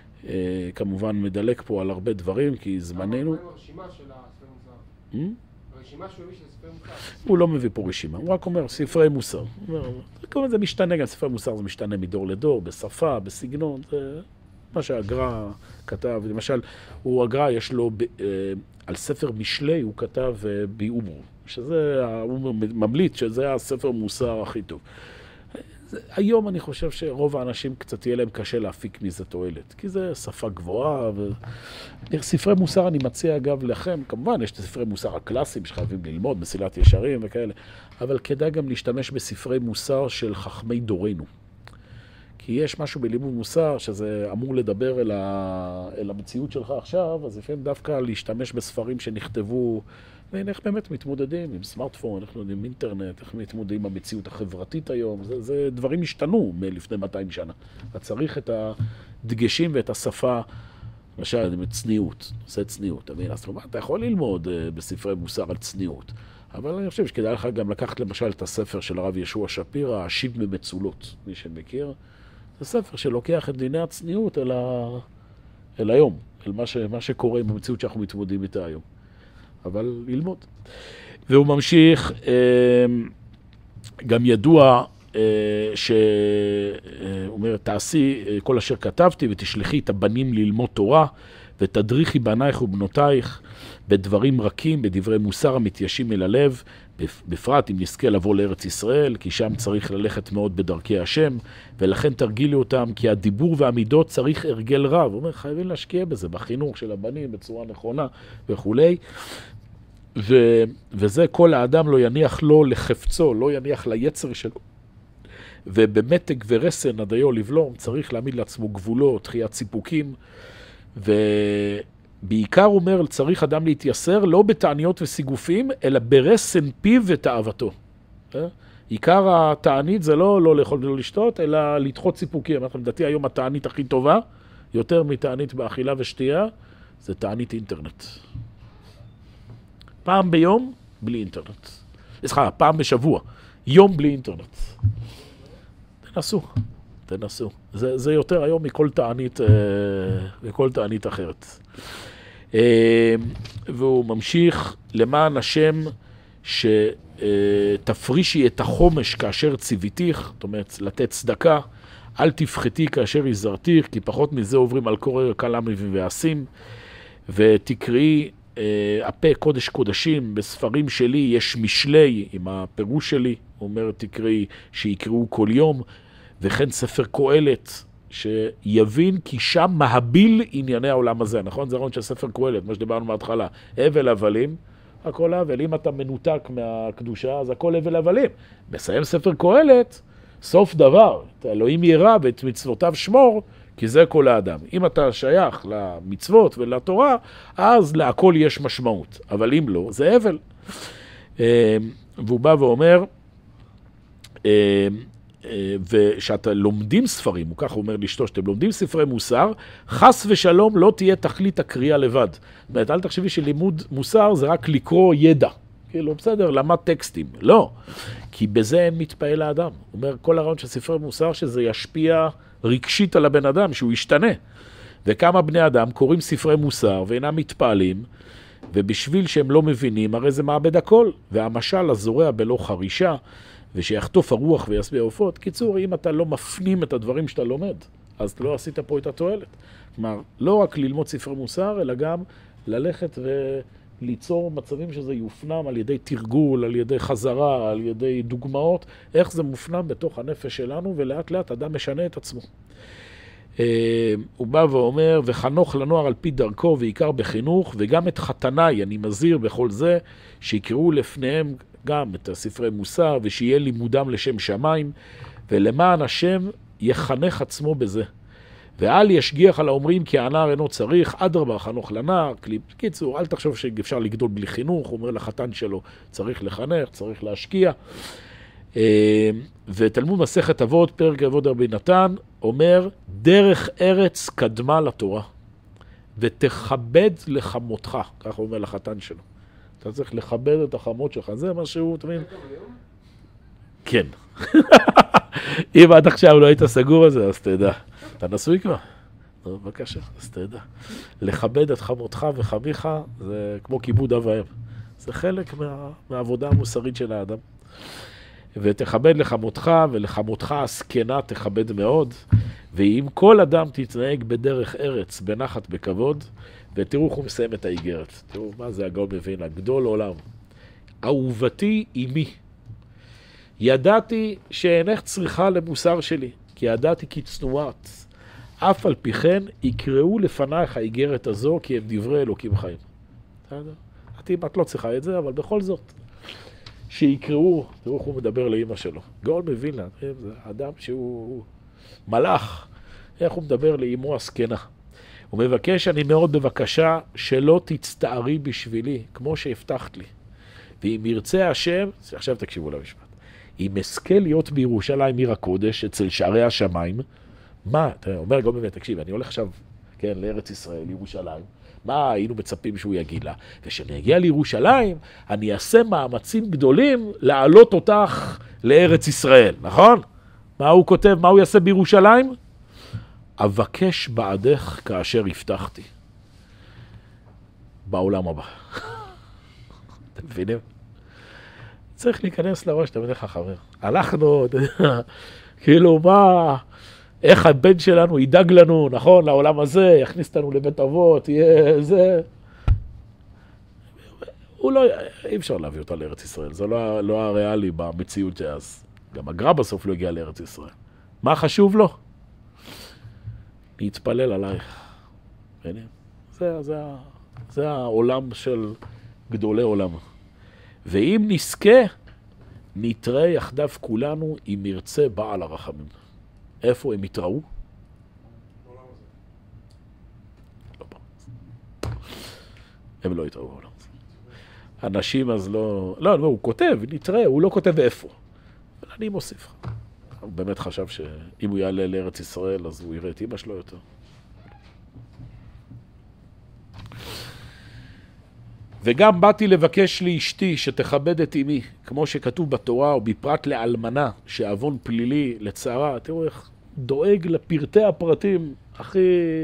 כמובן מדלק פה על הרבה דברים, כי זמננו... מה עם הרשימה של הספרי מוסר? הרשימה שהוא הביא של ספרי מוסר. הוא לא מביא פה רשימה, הוא רק אומר ספרי מוסר. כמובן זה משתנה, גם ספרי מוסר זה משתנה מדור לדור, בשפה, בסגנון, זה מה שהגר"א כתב. למשל, הגר"א יש לו, על ספר משלי הוא כתב ביאומרו, שזה, הוא ממליץ שזה הספר מוסר הכי טוב. היום אני חושב שרוב האנשים קצת יהיה להם קשה להפיק מזה תועלת, כי זה שפה גבוהה. ספרי מוסר אני מציע אגב לכם, כמובן יש את ספרי מוסר הקלאסיים שחייבים ללמוד, מסילת ישרים וכאלה, אבל כדאי גם להשתמש בספרי מוסר של חכמי דורנו. כי יש משהו בלימוד מוסר שזה אמור לדבר אל המציאות שלך עכשיו, אז לפעמים דווקא להשתמש בספרים שנכתבו, ואיך באמת מתמודדים עם סמארטפון, איך עם אינטרנט, איך מתמודדים עם המציאות החברתית היום. זה דברים השתנו מלפני 200 שנה. אתה צריך את הדגשים ואת השפה, למשל, צניעות, נושא צניעות. אתה יכול ללמוד בספרי מוסר על צניעות, אבל אני חושב שכדאי לך גם לקחת למשל את הספר של הרב ישוע שפירא, השיב ממצולות, מי שמכיר. זה ספר שלוקח את דיני הצניעות אל היום, אל מה שקורה עם המציאות שאנחנו מתמודדים איתה היום. אבל ללמוד. והוא ממשיך, גם ידוע שהוא אומר, תעשי כל אשר כתבתי ותשלחי את הבנים ללמוד תורה ותדריכי בנייך ובנותייך בדברים רכים, בדברי מוסר המתיישים אל הלב, בפרט אם נזכה לבוא לארץ ישראל, כי שם צריך ללכת מאוד בדרכי השם, ולכן תרגילי אותם, כי הדיבור והמידות צריך הרגל רב. הוא אומר, חייבים להשקיע בזה, בחינוך של הבנים, בצורה נכונה וכולי. וזה כל האדם לא יניח לו לחפצו, לא יניח ליצר שלו. ובמתק ורסן עדיו לבלום, צריך להעמיד לעצמו גבולות, דחיית סיפוקים, בעיקר אומר, צריך אדם להתייסר לא בתעניות וסיגופים, אלא ברסן פיו ותאוותו. עיקר התענית זה לא לאכול ולא לשתות, אלא לדחות סיפוקים. אנחנו לדעתי היום התענית הכי טובה, יותר מתענית באכילה ושתייה, זה תענית אינטרנט. פעם ביום, בלי אינטרנט. פעם בשבוע, יום בלי אינטרנט. תנסו. זה יותר היום מכל תענית אחרת. והוא ממשיך, למען השם שתפרישי את החומש כאשר ציוויתיך, זאת אומרת לתת צדקה, אל תפחתי כאשר יזרתיך, כי פחות מזה עוברים על קורא כלמים ועשים, ותקראי הפה קודש קודשים, בספרים שלי יש משלי עם הפירוש שלי, הוא אומר תקראי שיקראו כל יום, וכן ספר קהלת, שיבין כי שם מהביל ענייני העולם הזה, נכון? זה רעיון של ספר קהלת, מה שדיברנו מההתחלה, הבל הבלים, הכל הבל, אם אתה מנותק מהקדושה, אז הכל הבל הבלים. מסיים ספר קהלת, סוף דבר, את האלוהים ירא ואת מצוותיו שמור, כי זה כל האדם. אם אתה שייך למצוות ולתורה, אז להכל יש משמעות, אבל אם לא, זה הבל. והוא בא ואומר, ושאתה לומדים ספרים, הוא ככה אומר לאשתו, שאתם לומדים ספרי מוסר, חס ושלום לא תהיה תכלית הקריאה לבד. זאת אומרת, אל תחשבי שלימוד מוסר זה רק לקרוא ידע. כאילו, בסדר, למד טקסטים. לא, כי בזה אין מתפעל האדם. הוא אומר, כל הרעיון של ספרי מוסר שזה ישפיע רגשית על הבן אדם, שהוא ישתנה. וכמה בני אדם קוראים ספרי מוסר ואינם מתפעלים, ובשביל שהם לא מבינים, הרי זה מאבד הכל. והמשל הזורע בלא חרישה, ושיחטוף הרוח וישביע עופות. קיצור, אם אתה לא מפנים את הדברים שאתה לומד, אז לא עשית פה את התועלת. כלומר, לא רק ללמוד ספרי מוסר, אלא גם ללכת וליצור מצבים שזה יופנם על ידי תרגול, על ידי חזרה, על ידי דוגמאות, איך זה מופנם בתוך הנפש שלנו, ולאט לאט אדם משנה את עצמו. הוא בא ואומר, וחנוך לנוער על פי דרכו, ועיקר בחינוך, וגם את חתניי, אני מזהיר בכל זה, שיקראו לפניהם גם את הספרי מוסר, ושיהיה לימודם לשם שמיים, ולמען השם יחנך עצמו בזה. ואל ישגיח על האומרים כי הנער אינו צריך, אדרבה חנוך לנער. קיצור, אל תחשוב שאפשר לגדול בלי חינוך, הוא אומר לחתן שלו, צריך לחנך, צריך להשקיע. ותלמוד מסכת אבות, פרק אבות רבי נתן, אומר, דרך ארץ קדמה לתורה, ותכבד לחמותך, ככה הוא אומר לחתן שלו. אתה צריך לכבד את החמות שלך, זה מה שהוא, תמיד. כן. אם עד עכשיו לא היית סגור על זה, אז תדע. אתה נשוי כבר? טוב, בבקשה, אז תדע. לכבד את חמותך וחמיך, זה כמו כיבוד אב ואם. זה חלק מהעבודה המוסרית של האדם. ותכבד לחמותך, ולחמותך הזקנה תכבד מאוד, ואם כל אדם תתנהג בדרך ארץ, בנחת, בכבוד, ותראו איך הוא מסיים את האיגרת. תראו מה זה הגאון מווילנה, גדול עולם. אהובתי אמי, ידעתי שאינך צריכה למוסר שלי, כי ידעתי כי צנועת. אף על פי כן יקראו לפנייך האיגרת הזו, כי הם דברי אלוקים חיים. את לא צריכה את זה, אבל בכל זאת. שיקראו, תראו איך הוא מדבר לאמא שלו. גאון מווילנה, זה אדם שהוא מלאך. איך הוא מדבר לאמו הזקנה. הוא מבקש, אני מאוד בבקשה, שלא תצטערי בשבילי, כמו שהבטחת לי. ואם ירצה השם, עכשיו תקשיבו למשפט, אם אזכה להיות בירושלים עיר הקודש, אצל שערי השמיים, מה, אתה אומר גאון מווילנה, תקשיב, אני הולך עכשיו, כן, לארץ ישראל, ירושלים, מה היינו מצפים שהוא יגיד לה? כשאני אגיע לירושלים, אני אעשה מאמצים גדולים להעלות אותך לארץ ישראל, נכון? מה הוא כותב? מה הוא יעשה בירושלים? אבקש בעדך כאשר הבטחתי. בעולם הבא. אתם מבינים? צריך להיכנס לראש, אתה מבין חבר. הלכנו, כאילו מה... איך הבן שלנו ידאג לנו, נכון, לעולם הזה, יכניס אותנו לבית אבות, יהיה זה. הוא לא, אי אפשר להביא אותה לארץ ישראל, זה לא הריאלי במציאות שאז. גם הגר"א בסוף לא הגיע לארץ ישראל. מה חשוב לו? להתפלל עלייך. זה העולם של גדולי עולם. ואם נזכה, נתראה יחדיו כולנו אם ירצה בעל הרחמים. איפה הם יתראו? לא בעולם הזה. הם לא יתראו בעולם הזה. אנשים אז לא... לא, הוא כותב, נתראה, הוא לא כותב איפה. אבל אני מוסיף לך. הוא באמת חשב שאם הוא יעלה לארץ ישראל, אז הוא יראה את אמא שלו יותר. וגם באתי לבקש לאשתי שתכבד את אמי, כמו שכתוב בתורה, ובפרט לאלמנה, שעוון פלילי לצערה. תראו איך דואג לפרטי הפרטים, הכי...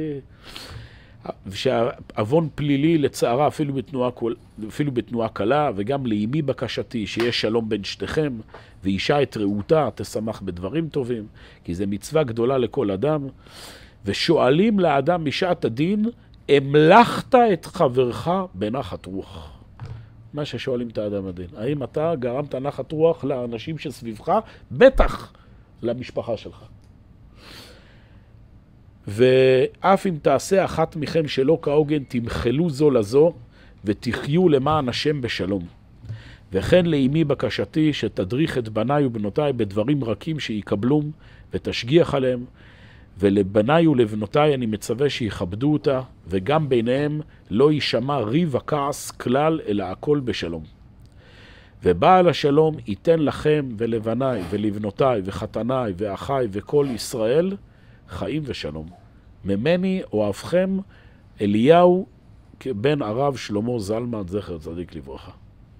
שעוון פלילי לצערה אפילו בתנועה קלה, וגם לאמי בקשתי, שיש שלום בין שתיכם, ואישה את רעותה תשמח בדברים טובים, כי זה מצווה גדולה לכל אדם. ושואלים לאדם משעת הדין, המלכת את חברך בנחת רוח. מה ששואלים את האדם הדין. האם אתה גרמת נחת רוח לאנשים שסביבך? בטח למשפחה שלך. ואף אם תעשה אחת מכם שלא כהוגן, תמחלו זו לזו, ותחיו למען השם בשלום. וכן לאמי בקשתי שתדריך את בניי ובנותיי בדברים רכים שיקבלום, ותשגיח עליהם, ולבניי ולבנותיי אני מצווה שיכבדו אותה, וגם ביניהם לא יישמע ריב הכעס כלל, אלא הכל בשלום. ובעל השלום ייתן לכם ולבניי ולבנותיי וחתניי ואחיי וכל ישראל חיים ושלום. ממני אוהבכם אליהו בן הרב שלמה זלמן זכר צדיק לברכה.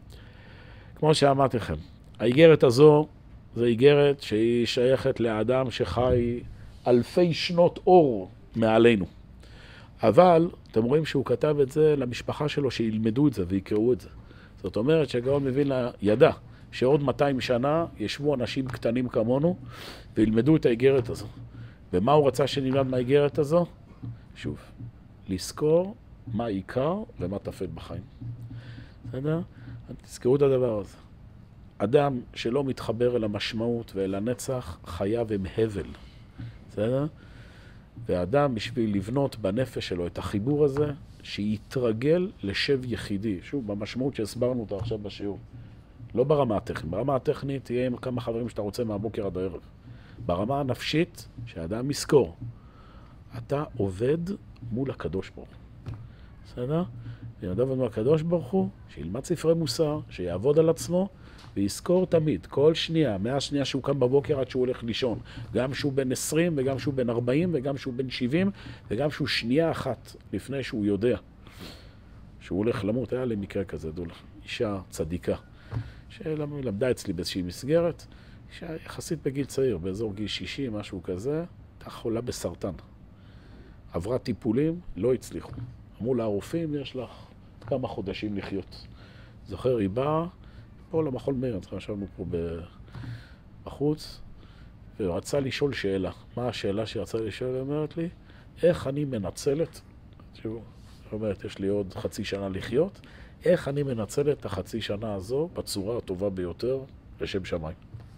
כמו שאמרתי לכם, האיגרת הזו זו איגרת שהיא שייכת לאדם שחי אלפי שנות אור מעלינו. אבל אתם רואים שהוא כתב את זה למשפחה שלו שילמדו את זה ויקראו את זה. זאת אומרת שהגאון מווילנה ידע שעוד 200 שנה ישבו אנשים קטנים כמונו וילמדו את האיגרת הזו. ומה הוא רצה שנלמד מהאיגרת הזו? שוב, לזכור מה עיקר ומה תפל בחיים. בסדר? תזכרו את הדבר הזה. אדם שלא מתחבר אל המשמעות ואל הנצח חייב עם הבל. בסדר? ואדם בשביל לבנות בנפש שלו את החיבור הזה, שיתרגל לשב יחידי. שוב, במשמעות שהסברנו אותה עכשיו בשיעור. לא ברמה הטכנית. ברמה הטכנית תהיה עם כמה חברים שאתה רוצה מהבוקר עד הערב. ברמה הנפשית, שהאדם יזכור. אתה עובד מול הקדוש ברוך הוא. בסדר? ילמד מול הקדוש ברוך הוא, שילמד ספרי מוסר, שיעבוד על עצמו, ויזכור תמיד, כל שנייה, מהשנייה שהוא קם בבוקר עד שהוא הולך לישון, גם שהוא בן 20 וגם שהוא בן 40 וגם שהוא בן 70 וגם שהוא שנייה אחת לפני שהוא יודע שהוא הולך למות. היה לי מקרה כזה, דול, אישה צדיקה שלמדה אצלי באיזושהי מסגרת, אישה יחסית בגיל צעיר, באזור גיל 60, משהו כזה, הייתה חולה בסרטן. עברה טיפולים, לא הצליחו. אמרו לה, הרופאים, יש לך כמה חודשים לחיות. זוכר, היא באה פה למחול מאיר, ישבנו פה בחוץ, ורצה לשאול שאלה. מה השאלה שרצה לשאול? היא אומרת לי, איך אני מנצלת, היא אומרת, יש לי עוד חצי שנה לחיות, איך אני מנצלת את החצי שנה הזו בצורה הטובה ביותר לשם שמיים.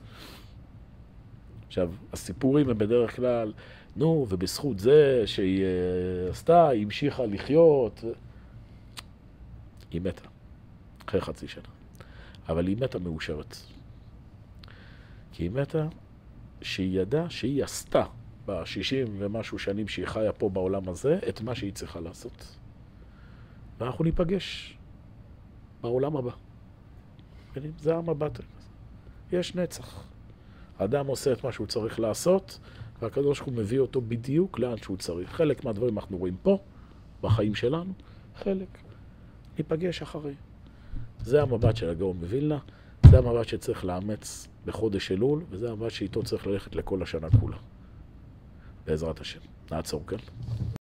עכשיו, הסיפורים הם בדרך כלל, נו, ובזכות זה שהיא עשתה, היא המשיכה לחיות, היא מתה, אחרי חצי שנה. אבל היא מתה מאושרת. כי היא מתה שהיא ידעה שהיא עשתה ב-60 ומשהו שנים שהיא חיה פה בעולם הזה, את מה שהיא צריכה לעשות. ואנחנו ניפגש בעולם הבא. זה המבט. יש נצח. האדם עושה את מה שהוא צריך לעשות, והקדוש הוא מביא אותו בדיוק לאן שהוא צריך. חלק מהדברים אנחנו רואים פה, בחיים שלנו, חלק ניפגש אחרי. זה המבט של הגאון מווילנה, זה המבט שצריך לאמץ בחודש אלול, וזה המבט שאיתו צריך ללכת לכל השנה כולה. בעזרת השם. נעצור כאן.